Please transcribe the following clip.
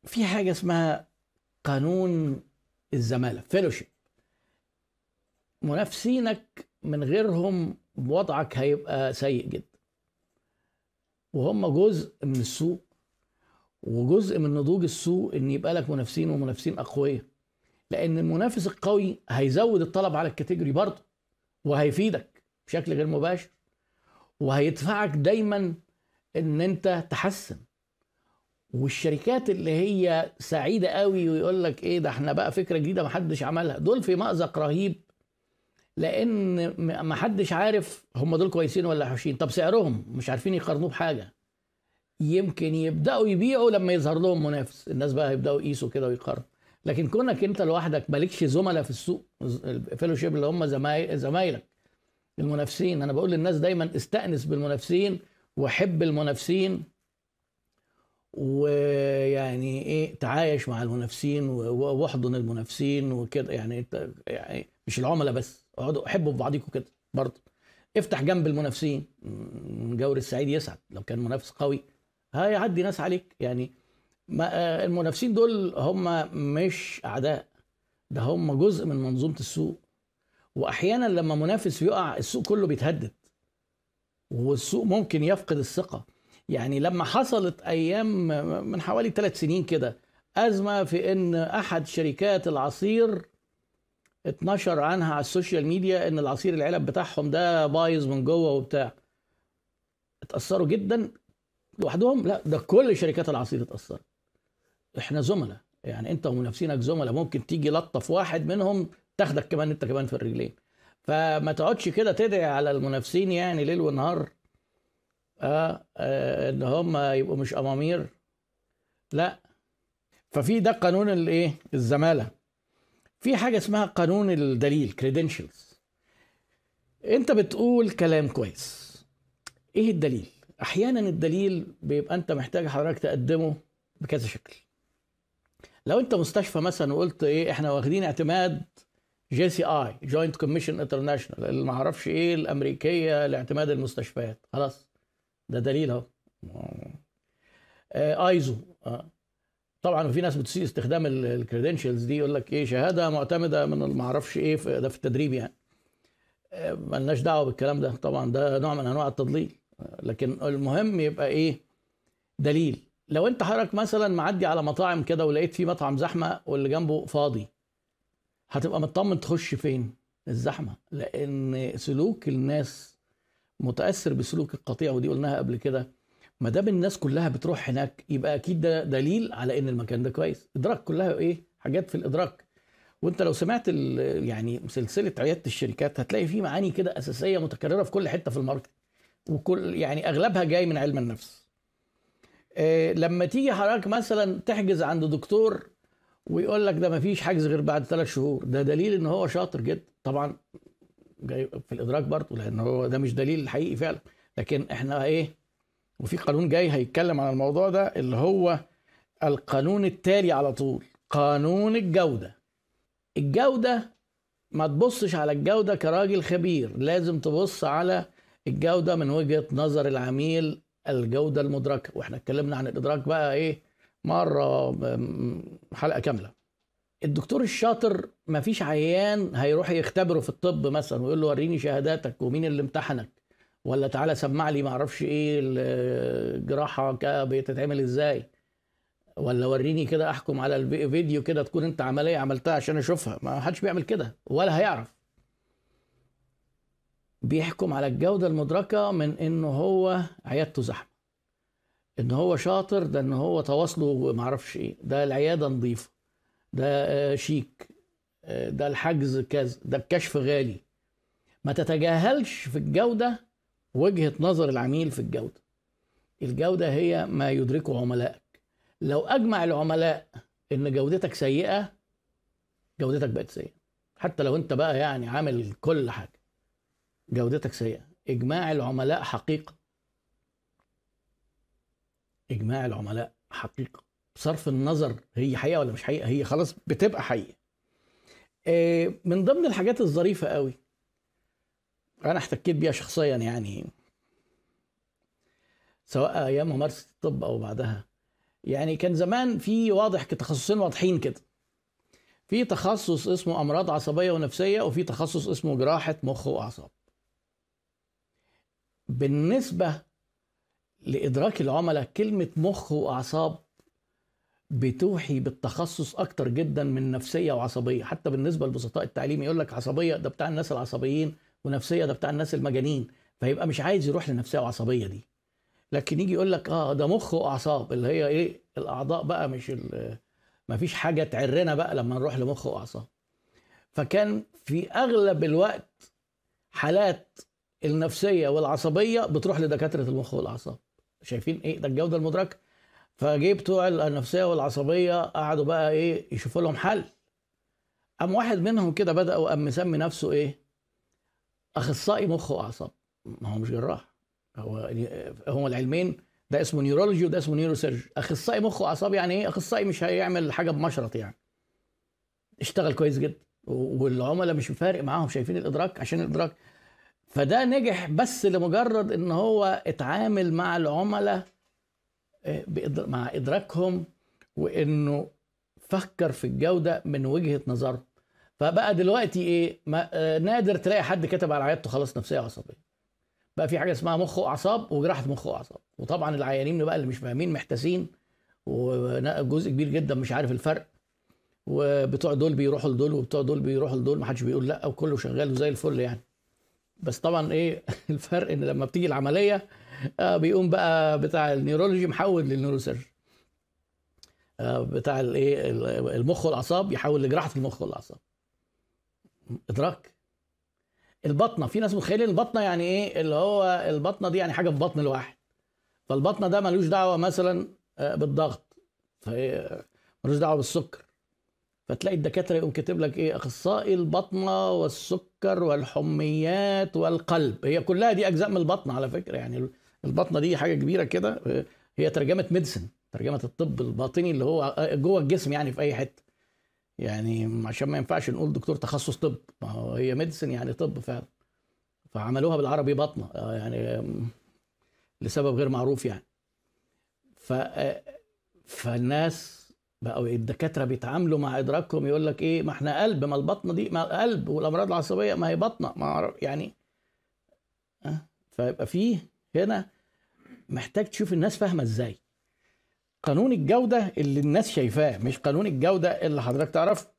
في حاجة اسمها قانون الزمالة فيلوشيب. منافسينك من غيرهم وضعك هيبقى سيء جدا، وهم جزء من السوق، وجزء من نضوج السوق ان يبقى لك منافسين ومنافسين اقوياء، لان المنافس القوي هيزود الطلب على الكاتيجوري برضه، وهيفيدك بشكل غير مباشر، وهيدفعك دايما ان انت تحسن. والشركات اللي هي سعيده قوي ويقول لك ايه ده، احنا بقى فكره جديده محدش عملها، دول في مأزق رهيب، لان محدش عارف هم دول كويسين ولا وحشين. طب سعرهم مش عارفين يقارنوه بحاجه، يمكن يبداوا يبيعوا لما يظهر لهم منافس، الناس بقى هيبداوا يقيسوا كده ويقارنوا. لكن كونك انت لوحدك مالكش زملاء في السوق، الفيلوشيب اللي هم زمايلك المنافسين. انا بقول للناس دايما استأنس بالمنافسين وحب المنافسين، ويعني ايه تعايش مع المنافسين واحضن المنافسين وكده. يعني انت يعني مش العملاء بس، اقعدوا حبوا في بعضيكم كده برضه. افتح جنب المنافسين. جور السعيد يسعد لو كان منافس قوي هيعدي ناس عليك. يعني ما المنافسين دول هم مش اعداء، ده هم جزء من منظومة السوق. واحيانا لما منافس يقع السوق كله بيتهدد، والسوق ممكن يفقد الثقة. يعني لما حصلت أيام من حوالي 3 سنين كده أزمة في إن أحد شركات العصير اتنشر عنها على السوشيال ميديا إن العصير العلب بتاعهم ده بايظ من جوه وبتاع، اتأثروا جدا لوحدهم؟ لا، ده كل شركات العصير اتأثرت. احنا زملاء، يعني انت ومنافسينك زملاء، ممكن تيجي لطف واحد منهم تاخدك كمان انت كمان في الرجلين. فما تقعدش كده تدعي على المنافسين يعني ليل ونهار ان هم يبقوا مش امامير، لا. ففي ده قانون الايه الزماله. في حاجه اسمها قانون الدليل credentials. انت بتقول كلام كويس، ايه الدليل؟ احيانا الدليل بيبقى انت محتاج حضرتك تقدمه بكذا شكل. لو انت مستشفى مثلا وقلت ايه احنا واخدين اعتماد JCI جوينت كوميشن انترناشونال اللي ما اعرفش ايه الامريكيه لاعتماد المستشفيات، خلاص ده دليل اهو. ايزو طبعا. وفي ناس بتسيء استخدام الكريدنشالز دي، يقول لك ايه شهاده معتمده من ما اعرفش ايه ده في التدريب يعني. ملناش دعوه بالكلام ده طبعا، ده نوع من انواع التضليل. لكن المهم يبقى ايه دليل. لو انت حضرتك مثلا معدي على مطاعم كده ولقيت في مطعم زحمه واللي جنبه فاضي، هتبقى مطمن تخش فين؟ الزحمه، لان سلوك الناس متاثر بسلوك القطيع، ودي قلناها قبل كده. ما دام الناس كلها بتروح هناك يبقى اكيد ده دليل على ان المكان ده كويس. ادراك، كلها ايه حاجات في الادراك. وانت لو سمعت يعني سلسله عياده الشركات هتلاقي في معاني كده اساسيه متكرره في كل حته في الماركت، وكل يعني اغلبها جاي من علم النفس. لما تيجي حضرتك مثلا تحجز عند دكتور ويقول لك ده ما فيش حجز غير بعد 3 شهور، ده دليل ان هو شاطر جدا طبعا، جاي في الادراك برضه، لان هو ده مش دليل حقيقي فعلا. لكن احنا ايه، وفي قانون جاي هيتكلم عن الموضوع ده اللي هو القانون التالي على طول، قانون الجودة. الجودة ما تبصش على الجودة كراجل خبير، لازم تبص على الجودة من وجهة نظر العميل، الجودة المدركة. واحنا اتكلمنا عن الإدراك بقى ايه مرة حلقة كاملة. الدكتور الشاطر ما فيش عيان هيروح يختبره في الطب مثلا ويقول له وريني شهاداتك ومين اللي امتحنك، ولا تعالى سمع لي معرفش ايه الجراحة بتتعمل ازاي، ولا وريني كده احكم على الفيديو كده تكون انت عمليه عملتها عشان اشوفها. ما حدش بيعمل كده ولا هيعرف. بيحكم على الجوده المدركه من انه هو عيادته زحمه، ان هو شاطر، ده ان هو تواصله ما اعرفش ايه، ده العياده نظيفه، ده شيك، ده الحجز كذا، ده الكشف غالي. ما تتجاهلش في الجوده وجهه نظر العميل في الجوده. الجوده هي ما يدركه عملائك. لو اجمع العملاء ان جودتك سيئه، جودتك بقت سيئه. حتى لو انت بقى يعني عامل كل حاجه، جودتك سيئه. اجماع العملاء حقيقه، اجماع العملاء حقيقه، بصرف النظر هي حقيقه ولا مش حقيقه، هي خلاص بتبقى حقيقه. من ضمن الحاجات الظريفه قوي انا احتكيت بيها شخصيا، يعني سواء ايام ممارسه الطب او بعدها، يعني كان زمان في واضح تخصصين واضحين كده، في تخصص اسمه امراض عصبيه ونفسيه، وفي تخصص اسمه جراحه مخ واعصاب. بالنسبه لادراك العملاء كلمه مخ واعصاب بتوحي بالتخصص اكتر جدا من نفسيه وعصبيه. حتى بالنسبه لبسطاء التعليم يقول لك عصبيه ده بتاع الناس العصبيين، ونفسيه ده بتاع الناس المجانين، فيبقى مش عايز يروح لنفسيه وعصبيه دي. لكن يجي يقول لك ده مخ واعصاب، اللي هي ايه؟ الاعضاء بقى، مش ما فيش حاجه تعرنا بقى لما نروح لمخ واعصاب. فكان في اغلب الوقت حالات النفسيه والعصبيه بتروح لدكاتره المخ والاعصاب. شايفين ايه ده الجوده المدركه؟ فجه بتوع النفسيه والعصبيه قعدوا بقى ايه يشوفوا لهم حل. قام واحد منهم كده بدأ وقام مسمي نفسه ايه؟ اخصائي مخ واعصاب. ما هو مش جراح، هو العلمين ده اسمه نيورولوجي وده اسمه نيوروسيرجي. اخصائي مخ واعصاب يعني ايه؟ اخصائي مش هيعمل حاجه بمشرط يعني. اشتغل كويس جدا والعملاء مش فارق معاهم، شايفين الادراك عشان الادراك. فده نجح بس لمجرد ان هو اتعامل مع العملاء مع ادراكهم، وانه فكر في الجوده من وجهه نظره. فبقى دلوقتي ايه؟ نادر تلاقي حد كتب على عيادته خلاص نفسيه وعصبيه. بقى في حاجه اسمها مخ واعصاب وجراحه مخ واعصاب. وطبعا العيانين بقى اللي مش فاهمين محتاسين، وجزء كبير جدا مش عارف الفرق، وبتوع دول بيروحوا لدول وبتوع دول بيروحوا لدول، محدش بيقول لا وكله شغال وزي الفل يعني. بس طبعا ايه الفرق؟ ان لما بتيجي العمليه بيقوم بقى بتاع النيورولوجي محول للنيوروسيرجي، بتاع الايه المخ والاعصاب يحول لجراحه المخ والاعصاب. ادراك. البطنه، في ناس متخيلين البطنه يعني ايه؟ اللي هو البطنه دي يعني حاجه في بطن الواحد، فالبطنه ده ملوش دعوه مثلا بالضغط، ملوش دعوه بالسكر. فتلاقي الدكاتره يقوم كاتب لك ايه؟ اخصائي البطنه والسكر والحميات والقلب. هي كلها دي اجزاء من البطنه على فكره، يعني البطنه دي حاجه كبيره كده. هي ترجمه ميديسن، ترجمه الطب الباطني اللي هو جوه الجسم يعني في اي حته. يعني عشان ما ينفعش نقول دكتور تخصص طب، ما هو هي ميديسن يعني طب فعلا، فعملوها بالعربي بطنه يعني لسبب غير معروف يعني. فالناس بقوا الدكاتره بيتعاملوا مع ادراكهم، يقول لك ايه؟ ما احنا قلب، ما البطنه دي ما قلب، والامراض العصبيه ما هي بطنه، ما يعني فيبقى فيه هنا محتاج تشوف الناس فاهمه ازاي قانون الجوده اللي الناس شايفاه، مش قانون الجوده اللي حضرتك تعرفه.